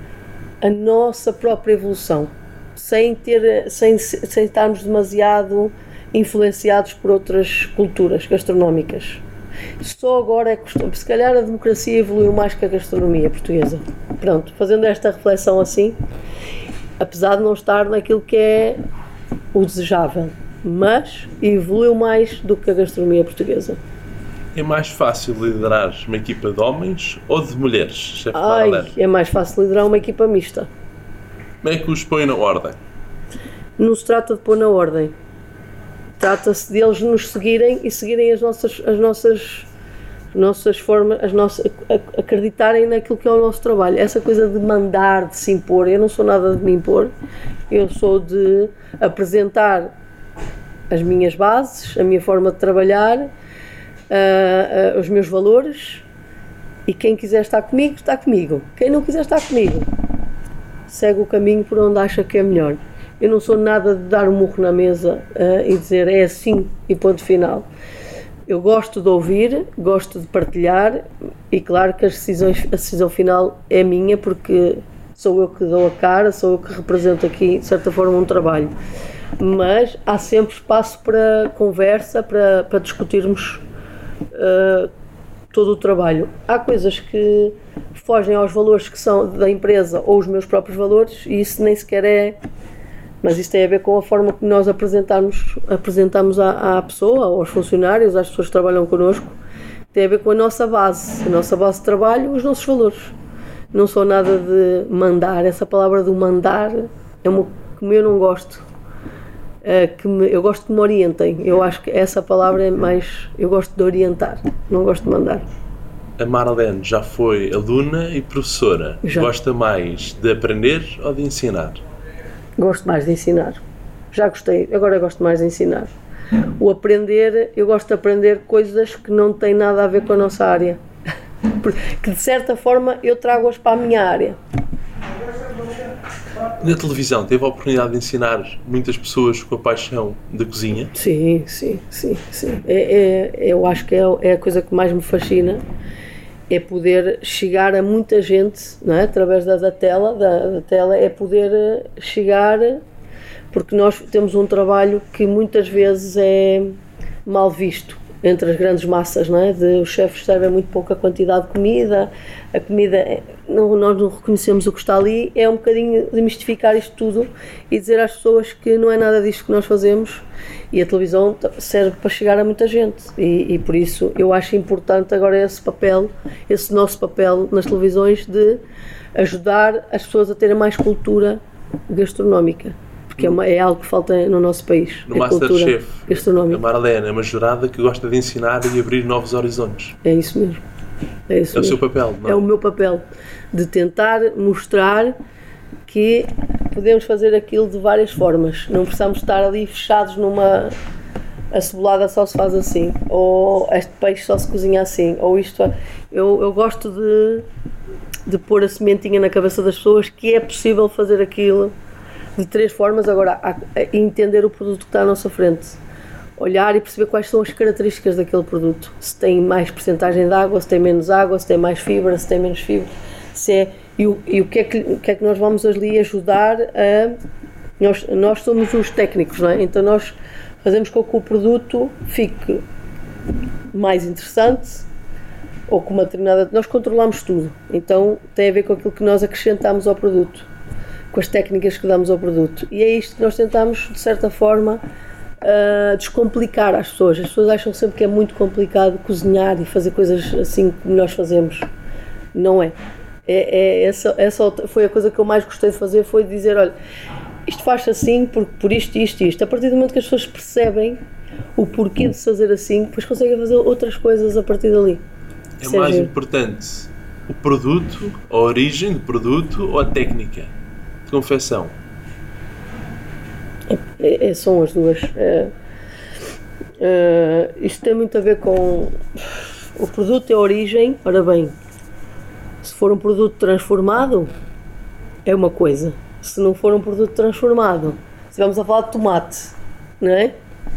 Speaker 3: a nossa própria evolução, sem, ter, sem, sem estarmos demasiado influenciados por outras culturas gastronómicas. Só agora é que, se calhar, a democracia evoluiu mais que a gastronomia portuguesa. Pronto, fazendo esta reflexão assim, apesar de não estar naquilo que é o desejável, mas evoluiu mais do que a gastronomia portuguesa.
Speaker 2: É mais fácil liderar uma equipa de homens ou de mulheres, chefe
Speaker 3: Ai,
Speaker 2: Maralene?
Speaker 3: É mais fácil liderar uma equipa mista.
Speaker 2: Como é que os põe na ordem?
Speaker 3: Não se trata de pôr na ordem. Trata-se de eles nos seguirem e seguirem as nossas, as nossas, nossas formas, as nossas, acreditarem naquilo que é o nosso trabalho. Essa coisa de mandar, de se impor, eu não sou nada de me impor, eu sou de apresentar as minhas bases, a minha forma de trabalhar, uh, uh, os meus valores, e quem quiser estar comigo, está comigo. Quem não quiser estar comigo, segue o caminho por onde acha que é melhor. Eu não sou nada de dar um murro na mesa uh, e dizer é assim e ponto final. Eu gosto de ouvir, gosto de partilhar, e claro que as decisões, a decisão final é minha, porque sou eu que dou a cara, sou eu que represento aqui, de certa forma, um trabalho. Mas há sempre espaço para conversa, para, para discutirmos uh, todo o trabalho. Há coisas que fogem aos valores que são da empresa ou os meus próprios valores, e isso nem sequer é... Mas isso tem a ver com a forma que nós apresentamos, apresentamos à, à pessoa, aos funcionários, às pessoas que trabalham connosco. Tem a ver com a nossa base, a nossa base de trabalho, os nossos valores. Não sou nada de mandar, essa palavra do mandar é uma que eu não gosto. É, que me, eu gosto que me orientem, eu acho que essa palavra é mais... Eu gosto de orientar, não gosto de mandar.
Speaker 2: A Maralene já foi aluna e professora. Já. Gosta mais de aprender ou de ensinar?
Speaker 3: Gosto mais de ensinar. Já gostei, agora gosto mais de ensinar. O aprender, eu gosto de aprender coisas que não têm nada a ver com a nossa área. Que de certa forma eu trago-as para a minha área.
Speaker 2: Na televisão, teve a oportunidade de ensinar muitas pessoas com a paixão da cozinha?
Speaker 3: Sim, sim, sim, sim. É, é, eu acho que é, é a coisa que mais me fascina. É poder chegar a muita gente, não é? Através da, da tela, da, da tela, é poder chegar, porque nós temos um trabalho que muitas vezes é mal visto entre as grandes massas, não é? De, os chefes servem muito pouca quantidade de comida, a comida, não, nós não reconhecemos o que está ali, é um bocadinho demistificar isto tudo e dizer às pessoas que não é nada disto que nós fazemos, e a televisão serve para chegar a muita gente, e, e por isso eu acho importante agora esse papel, esse nosso papel nas televisões de ajudar as pessoas a terem mais cultura gastronómica. Porque é, uma, é algo que falta no nosso país.
Speaker 2: No Masterchef, a Maralene é uma jurada que gosta de ensinar e abrir novos horizontes.
Speaker 3: É isso mesmo. É, isso
Speaker 2: é
Speaker 3: mesmo.
Speaker 2: o seu papel, não é?
Speaker 3: É o meu papel, de tentar mostrar que podemos fazer aquilo de várias formas. Não precisamos estar ali fechados numa... A cebolada só se faz assim, ou este peixe só se cozinha assim, ou isto... Eu, eu gosto de, de pôr a sementinha na cabeça das pessoas que é possível fazer aquilo de três formas. Agora, a, a entender o produto que está à nossa frente, olhar e perceber quais são as características daquele produto, se tem mais percentagem de água, se tem menos água, se tem mais fibra, se tem menos fibra, se é, e, o, e o, que é que, o que é que nós vamos ali ajudar a... Nós, nós somos os técnicos, não é? Então nós fazemos com que o produto fique mais interessante ou com uma determinada... Nós controlamos tudo, então tem a ver com aquilo que nós acrescentamos ao produto, com as técnicas que damos ao produto. E é isto que nós tentamos, de certa forma, uh, descomplicar às pessoas. As pessoas acham sempre que é muito complicado cozinhar e fazer coisas assim como nós fazemos. Não é. é, é essa, essa foi a coisa que eu mais gostei de fazer, foi dizer, olha, isto faz assim por, por isto, isto e isto. A partir do momento que as pessoas percebem o porquê de se fazer assim, depois conseguem fazer outras coisas a partir dali.
Speaker 2: É Seja, mais importante o produto, a origem do produto ou a técnica de confecção?
Speaker 3: É, é, são as duas. É, é, isto tem muito a ver com o produto e a origem. Ora bem, se for um produto transformado, é uma coisa. Se não for um produto transformado, se vamos a falar de tomate, não é?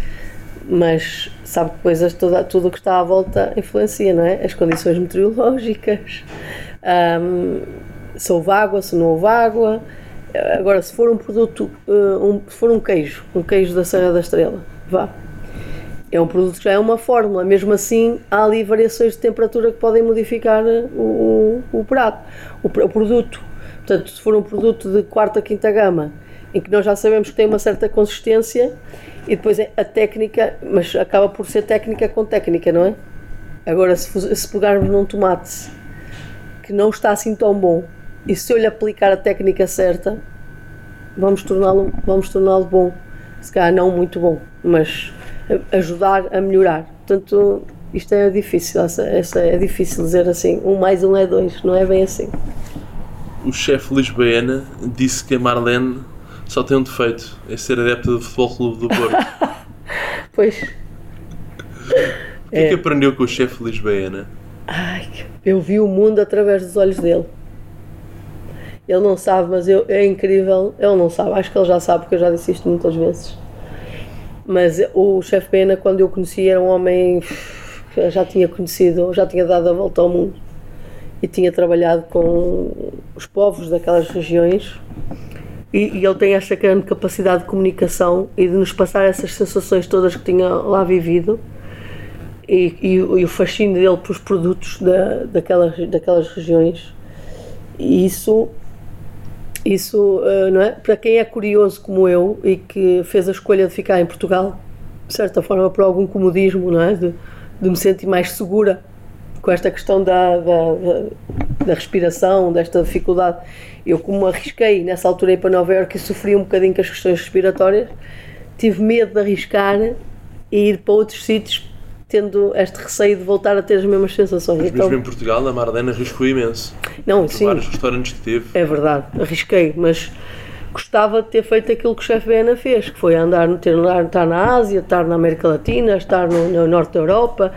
Speaker 3: Mas sabe que coisas, toda, tudo o que está à volta influencia, não é? As condições meteorológicas, um, se houve água, se não houve água. Agora, se for um produto, um, se for um queijo, um queijo da Serra da Estrela, vá, é um produto que já é uma fórmula, mesmo assim há ali variações de temperatura que podem modificar o, o, o prato, o, o produto. Portanto, se for um produto de quarta, quinta gama, em que nós já sabemos que tem uma certa consistência, e depois a técnica, mas acaba por ser técnica com técnica, não é? Agora, se, se pegarmos num tomate que não está assim tão bom, e se eu lhe aplicar a técnica certa, vamos torná-lo, vamos torná-lo bom. Se calhar não muito bom, mas ajudar a melhorar. Portanto, isto é difícil, essa, essa é difícil dizer assim, um mais um é dois, não é bem assim.
Speaker 2: O chefe lisboeta disse que a Marlene só tem um defeito, é ser adepta do Futebol Clube do Porto.
Speaker 3: Pois.
Speaker 2: O que é, é que aprendeu com o chefe lisboeta?
Speaker 3: Ai, eu vi o mundo através dos olhos dele. Ele não sabe, mas eu, é incrível. Ele não sabe, acho que ele já sabe, porque eu já disse isto muitas vezes. Mas o chefe Pena, quando eu conheci, era um homem que eu já tinha conhecido, já tinha dado a volta ao mundo e tinha trabalhado com os povos daquelas regiões. E, e ele tem esta grande capacidade de comunicação e de nos passar essas sensações todas que tinha lá vivido e, e, e o fascínio dele pelos produtos da, daquelas, daquelas regiões. E isso, isso uh, não é? Para quem é curioso como eu e que fez a escolha de ficar em Portugal, de certa forma por algum comodismo, não é? de, de me sentir mais segura com esta questão da, da, da, da respiração, desta dificuldade. Eu, como arrisquei nessa altura ir para Nova Iorque e sofri um bocadinho com as questões respiratórias, tive medo de arriscar e ir para outros sítios tendo este receio de voltar a ter as mesmas sensações.
Speaker 2: Mas
Speaker 3: então,
Speaker 2: mesmo em Portugal, a Marlene arriscou imenso.
Speaker 3: Não,
Speaker 2: por
Speaker 3: sim.
Speaker 2: vários restaurantes que teve.
Speaker 3: É verdade, arrisquei, mas gostava de ter feito aquilo que o chefe Bena fez, que foi andar, ter, estar na Ásia, estar na América Latina, estar no, no Norte da Europa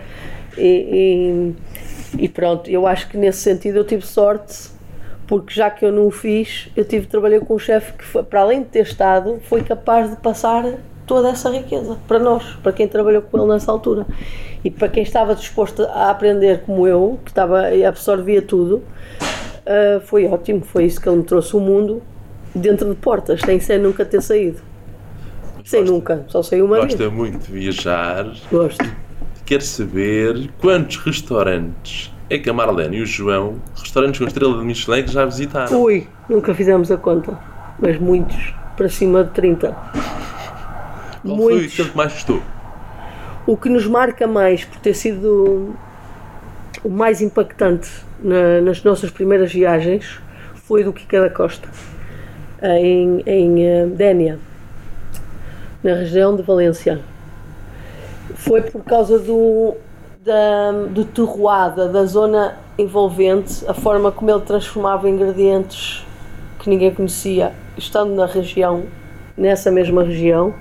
Speaker 3: e, e, e pronto, eu acho que nesse sentido eu tive sorte, porque já que eu não o fiz, eu tive trabalhei com um chefe que, foi, para além de ter estado, foi capaz de passar toda essa riqueza para nós, para quem trabalhou com ele nessa altura. E para quem estava disposto a aprender como eu, que estava e absorvia tudo, uh, foi ótimo, foi isso que ele me trouxe o mundo dentro de portas, sem, sem nunca ter saído. Sem gosta, nunca, só saiu uma vez.
Speaker 2: Gosta muito de viajar.
Speaker 3: Gosto.
Speaker 2: Quer saber quantos restaurantes é que a Marlene e o João, restaurantes com estrela de Michelin, que já visitaram?
Speaker 3: Ui, nunca fizemos a conta, mas muitos, para cima de trinta.
Speaker 2: Qual
Speaker 3: muitos.
Speaker 2: Foi aquele que mais gostou?
Speaker 3: O que nos marca mais por ter sido o mais impactante na, nas nossas primeiras viagens foi do Quica da Costa, em, em uh, Dénia, na região de Valência. Foi por causa do, da, do terroir, da zona envolvente, a forma como ele transformava ingredientes que ninguém conhecia, estando na região, nessa mesma região.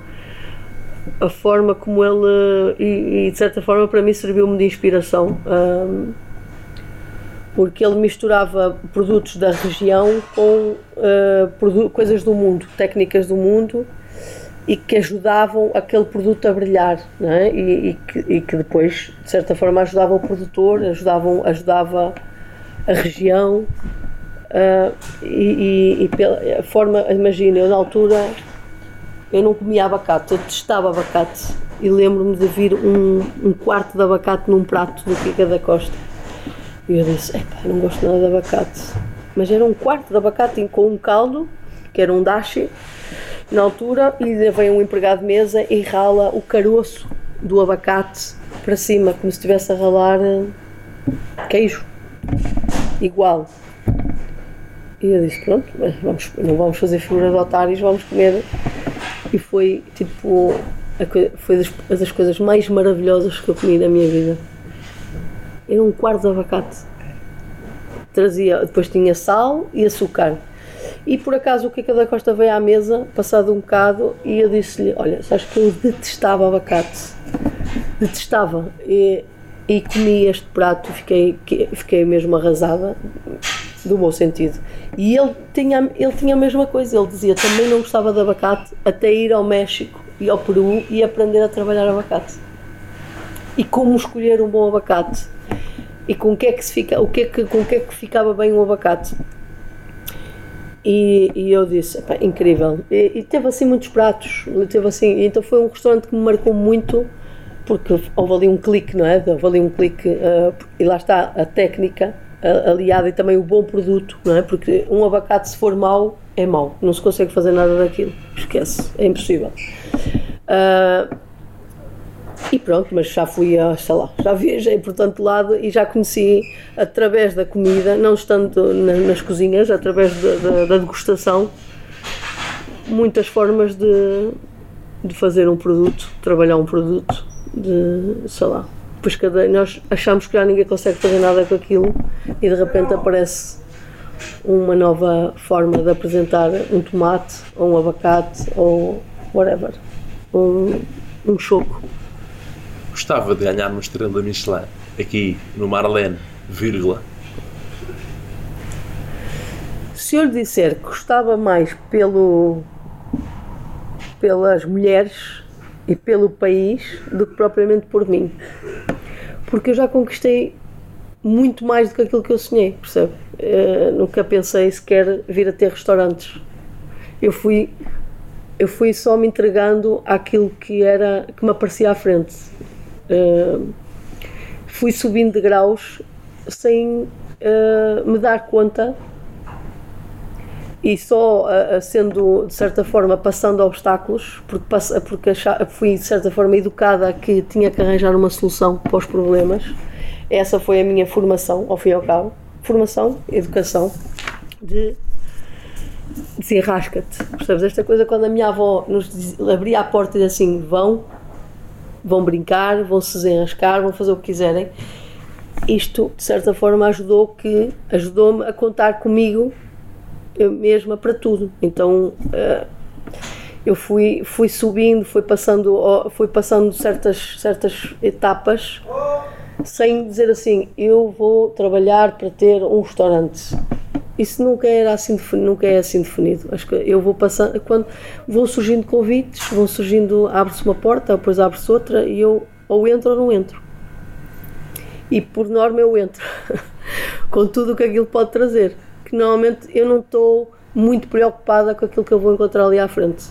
Speaker 3: A forma como ele, e, e de certa forma para mim serviu-me de inspiração, um, porque ele misturava produtos da região com uh, coisas do mundo, técnicas do mundo, e que ajudavam aquele produto a brilhar, não é? e, e, que, e que depois de certa forma ajudava o produtor, ajudavam, ajudava a região, uh, e, e, e pela a forma, imagina, eu na altura eu não comia abacate, eu detestava abacate e lembro-me de vir um, um quarto de abacate num prato do Quica da Costa E eu disse, epá, não gosto nada de abacate. Mas era um quarto de abacate com um caldo, que era um dashi, na altura, e vem um empregado de mesa e rala o caroço do abacate para cima, como se estivesse a ralar queijo, igual. E eu disse, pronto, mas vamos, não vamos fazer figura de otários, vamos comer. E foi, tipo, a, foi das, das coisas mais maravilhosas que eu comi na minha vida. Era um quarto de abacate. Trazia, depois tinha sal e açúcar. E por acaso o Kiko da Costa veio à mesa, passado um bocado, e eu disse-lhe, olha, sabes que eu detestava abacate. Detestava. E, e comi este prato, fiquei, fiquei mesmo arrasada, do bom sentido. E ele tinha, ele tinha a mesma coisa, ele dizia, também não gostava de abacate, até ir ao México e ao Peru e aprender a trabalhar abacate. E como escolher um bom abacate. E com o que é que, se fica, o que, é que, com o que é que ficava bem um abacate. E, e eu disse, epá, incrível. E, e teve assim muitos pratos, teve assim, então foi um restaurante que me marcou muito, porque houve ali um clique, não é? Houve ali um clique, uh, e lá está a técnica uh, aliada e também o bom produto, não é? Porque um abacate, se for mau, é mau, não se consegue fazer nada daquilo, esquece, é impossível. Uh, E pronto, mas já fui a, sei lá, já viajei por tanto lado e já conheci, através da comida, não estando na, nas cozinhas, através de, de, da degustação, muitas formas de, de fazer um produto, trabalhar um produto, de, sei lá. Pois cada, nós achamos que já ninguém consegue fazer nada com aquilo e de repente aparece uma nova forma de apresentar um tomate, ou um abacate, ou whatever, um, um choco.
Speaker 2: Gostava de ganhar uma estrela Michelin aqui no Marlene, vírgula.
Speaker 3: Se eu lhe disser que gostava mais pelo, pelas mulheres e pelo país do que propriamente por mim, porque eu já conquistei muito mais do que aquilo que eu sonhei, percebe? Eu nunca pensei sequer vir a ter restaurantes. Eu fui, eu fui só me entregando àquilo que, era, que me aparecia à frente. Uh, fui subindo de graus sem uh, me dar conta e só uh, sendo de certa forma passando obstáculos, porque, passe, porque achava, fui de certa forma educada que tinha que arranjar uma solução para os problemas. Essa foi a minha formação, ao fim e ao cabo, formação, educação, de desenrasca-te, percebes? Esta coisa quando a minha avó nos diz, abria a porta e dizia assim, vão vão brincar, vão se desenrascar, vão fazer o que quiserem. Isto, de certa forma, ajudou que, ajudou-me a contar comigo eu mesma para tudo. Então, uh, eu fui, fui subindo, fui passando, fui passando certas, certas etapas, sem dizer assim, eu vou trabalhar para ter um restaurante. Isso nunca era assim definido, nunca é assim definido. Acho que eu vou passando, quando vão surgindo convites, vão surgindo, abre-se uma porta, depois abre-se outra e eu ou entro ou não entro. E por norma eu entro, com tudo o que aquilo pode trazer. Que normalmente eu não estou muito preocupada com aquilo que eu vou encontrar ali à frente.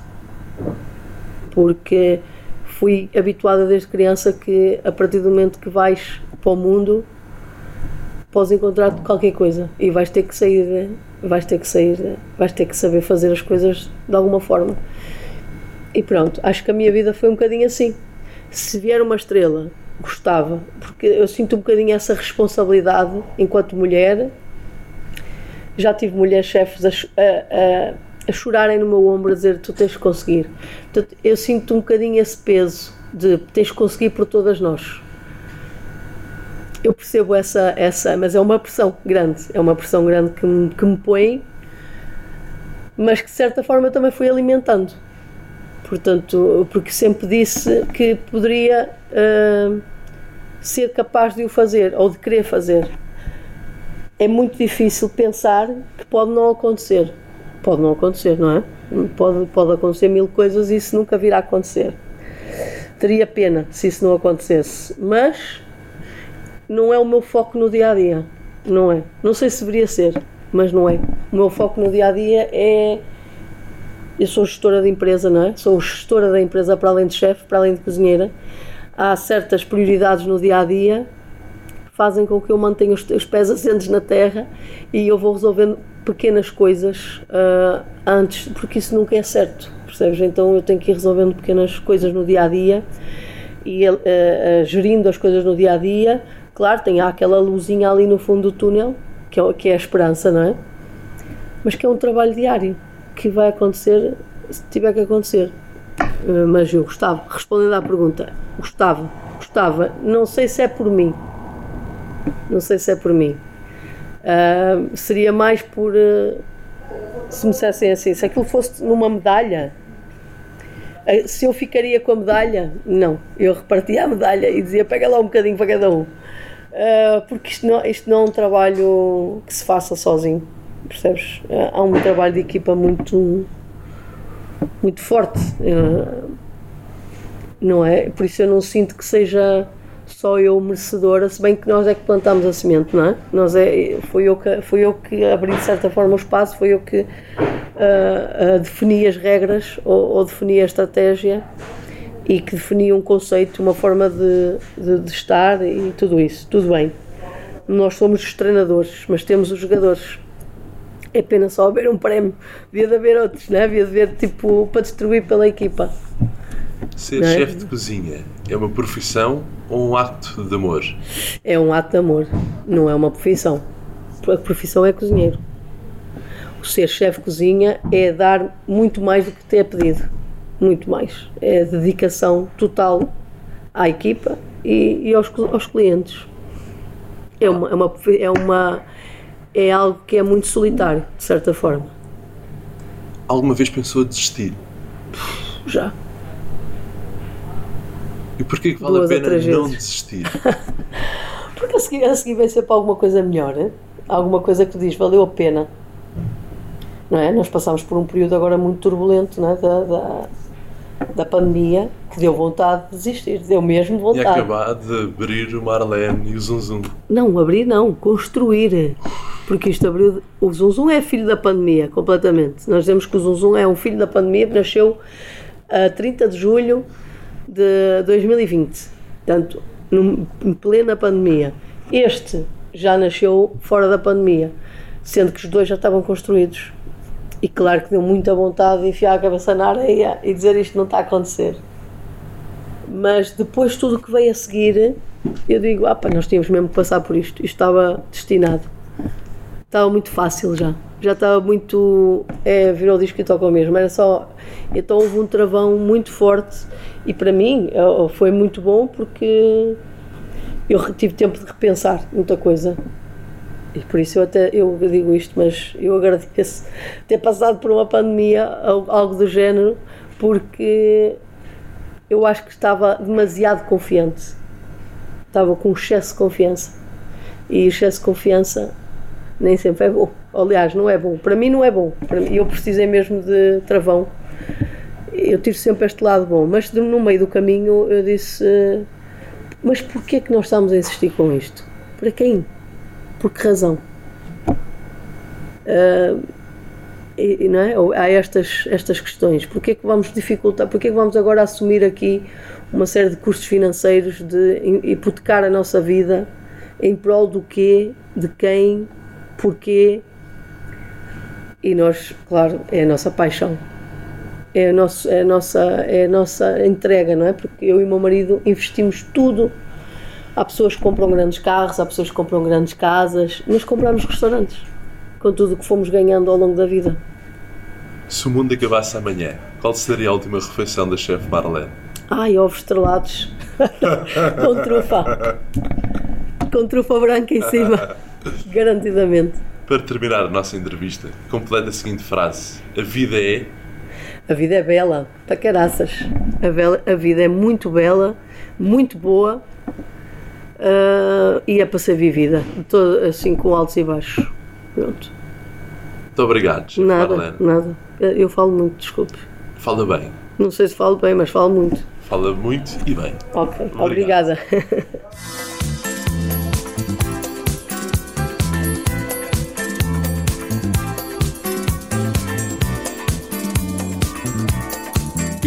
Speaker 3: Porque fui habituada desde criança que a partir do momento que vais para o mundo, podes encontrar qualquer coisa e vais ter que sair, vais ter que sair, vais ter que saber fazer as coisas de alguma forma. E pronto, acho que a minha vida foi um bocadinho assim. Se vier uma estrela, gostava, porque eu sinto um bocadinho essa responsabilidade enquanto mulher. Já tive mulheres chefes a, a, a chorarem no meu ombro, a dizer tu tens que conseguir. Portanto, eu sinto um bocadinho esse peso de tens que conseguir por todas nós. Eu percebo essa, essa, mas é uma pressão grande, é uma pressão grande que me, que me põe, mas que de certa forma eu também fui alimentando. Portanto, porque sempre disse que poderia uh, ser capaz de o fazer, ou de querer fazer. É muito difícil pensar que pode não acontecer. Pode não acontecer, não é? Pode, pode acontecer mil coisas e isso nunca virá a acontecer. Teria pena se isso não acontecesse, mas não é o meu foco no dia-a-dia, não é. Não sei se deveria ser, mas não é. O meu foco no dia-a-dia é... Eu sou gestora de empresa, não é? Sou gestora da empresa para além de chefe, para além de cozinheira. Há certas prioridades no dia-a-dia, fazem com que eu mantenha os, os pés assentes na terra e eu vou resolvendo pequenas coisas uh, antes, porque isso nunca é certo, percebes? Então eu tenho que ir resolvendo pequenas coisas no dia-a-dia e uh, uh, gerindo as coisas no dia-a-dia. Claro, tem aquela luzinha ali no fundo do túnel, que é, que é a esperança, não é? Mas que é um trabalho diário, que vai acontecer se tiver que acontecer. Uh, mas eu gostava, respondendo à pergunta, gostava, gostava, não sei se é por mim, não sei se é por mim, uh, seria mais por, uh, se me dissessem assim, se aquilo fosse numa medalha, uh, se eu ficaria com a medalha, não, eu repartia a medalha e dizia, pega lá um bocadinho para cada um, uh, porque isto não, isto não é um trabalho que se faça sozinho, percebes? Uh, há um trabalho de equipa muito... muito forte, não é? Por isso eu não sinto que seja só eu merecedora, se bem que nós é que plantamos a semente, não é? Nós é foi, eu que, foi eu que abri de certa forma o espaço, foi eu que uh, uh, defini as regras ou, ou defini a estratégia e que defini um conceito, uma forma de, de, de estar e tudo isso, tudo bem. Nós somos os treinadores, mas temos os jogadores. É pena só haver um prémio, devia de haver outros, não é? Devia de haver tipo para distribuir pela equipa.
Speaker 2: Ser
Speaker 3: é?
Speaker 2: chefe de cozinha é uma profissão ou um acto de amor?
Speaker 3: É um ato de amor, não é uma profissão. A profissão é cozinheiro. O ser chefe de cozinha é dar muito mais do que te é pedido, muito mais. É dedicação total à equipa e, e aos, aos clientes. É uma, é uma, é uma é algo que é muito solitário, de certa forma.
Speaker 2: Alguma vez pensou desistir?
Speaker 3: Já.
Speaker 2: E porquê que vale
Speaker 3: Duas
Speaker 2: a pena não
Speaker 3: vezes.
Speaker 2: desistir?
Speaker 3: Porque a seguir, a seguir vai ser para alguma coisa melhor, hein? Alguma coisa que diz, valeu a pena. Não é? Nós passámos por um período agora muito turbulento, não é? da, da, da pandemia, que deu vontade de desistir, deu mesmo vontade.
Speaker 2: E acabar de abrir o Marlene e o Zum Zum.
Speaker 3: Não, abrir não, construir. Porque isto abriu... O Zum Zum é filho da pandemia, completamente. Nós dizemos que o Zum Zum é um filho da pandemia que nasceu a trinta de julho de dois mil e vinte. Portanto, em plena pandemia. Este já nasceu fora da pandemia, sendo que os dois já estavam construídos. E claro que deu muita vontade de enfiar a cabeça na areia e dizer isto não está a acontecer. Mas depois tudo o que veio a seguir, eu digo, ah pá, nós tínhamos mesmo que passar por isto. Isto estava destinado. Estava muito fácil já. Já estava muito... É, virou o disco e toca o mesmo. Era só... Então houve um travão muito forte e para mim foi muito bom porque eu tive tempo de repensar muita coisa. E por isso eu até eu digo isto, mas eu agradeço ter passado por uma pandemia, algo do género, porque eu acho que estava demasiado confiante. Estava com excesso de confiança. E excesso de confiança nem sempre é bom. Aliás, não é bom. Para mim não é bom. Para mim, eu precisei mesmo de travão. Eu tiro sempre este lado bom. Mas no meio do caminho eu disse, mas porquê é que nós estamos a insistir com isto? Para quem? Por que razão? Uh, e, não é? Há estas, estas questões. Porquê é que vamos dificultar? Porquê é que vamos agora assumir aqui uma série de custos financeiros, de hipotecar a nossa vida em prol do quê? De quem? Porquê? E nós, claro, é a nossa paixão. É a, nosso, é, a nossa, é a nossa entrega, não é? Porque eu e o meu marido investimos tudo. Há pessoas que compram grandes carros, há pessoas que compram grandes casas. Nós compramos restaurantes, com tudo o que fomos ganhando ao longo da vida.
Speaker 2: Se o mundo acabasse amanhã, qual seria a última refeição da chefe Marlene?
Speaker 3: Ai, ovos estrelados. Com trufa. Com trufa branca em cima. Garantidamente.
Speaker 2: Para terminar a nossa entrevista, completa a seguinte frase. A vida é...
Speaker 3: A vida é bela, para caraças. A, bela, a vida é muito bela, muito boa. Uh, e é para ser vivida, todo, assim com altos e baixos. Pronto.
Speaker 2: Muito obrigado, chefe
Speaker 3: Nada,
Speaker 2: Marlene.
Speaker 3: nada. Eu falo muito, desculpe.
Speaker 2: Fala bem.
Speaker 3: Não sei se falo bem, mas falo muito.
Speaker 2: Fala muito e bem.
Speaker 3: Ok,
Speaker 2: Obrigado.
Speaker 3: obrigada.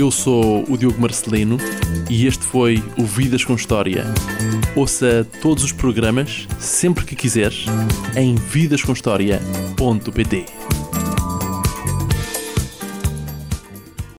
Speaker 2: Eu sou o Diogo Marcelino e este foi o Vidas com História. Ouça todos os programas, sempre que quiseres, em vidascomhistoria ponto pt.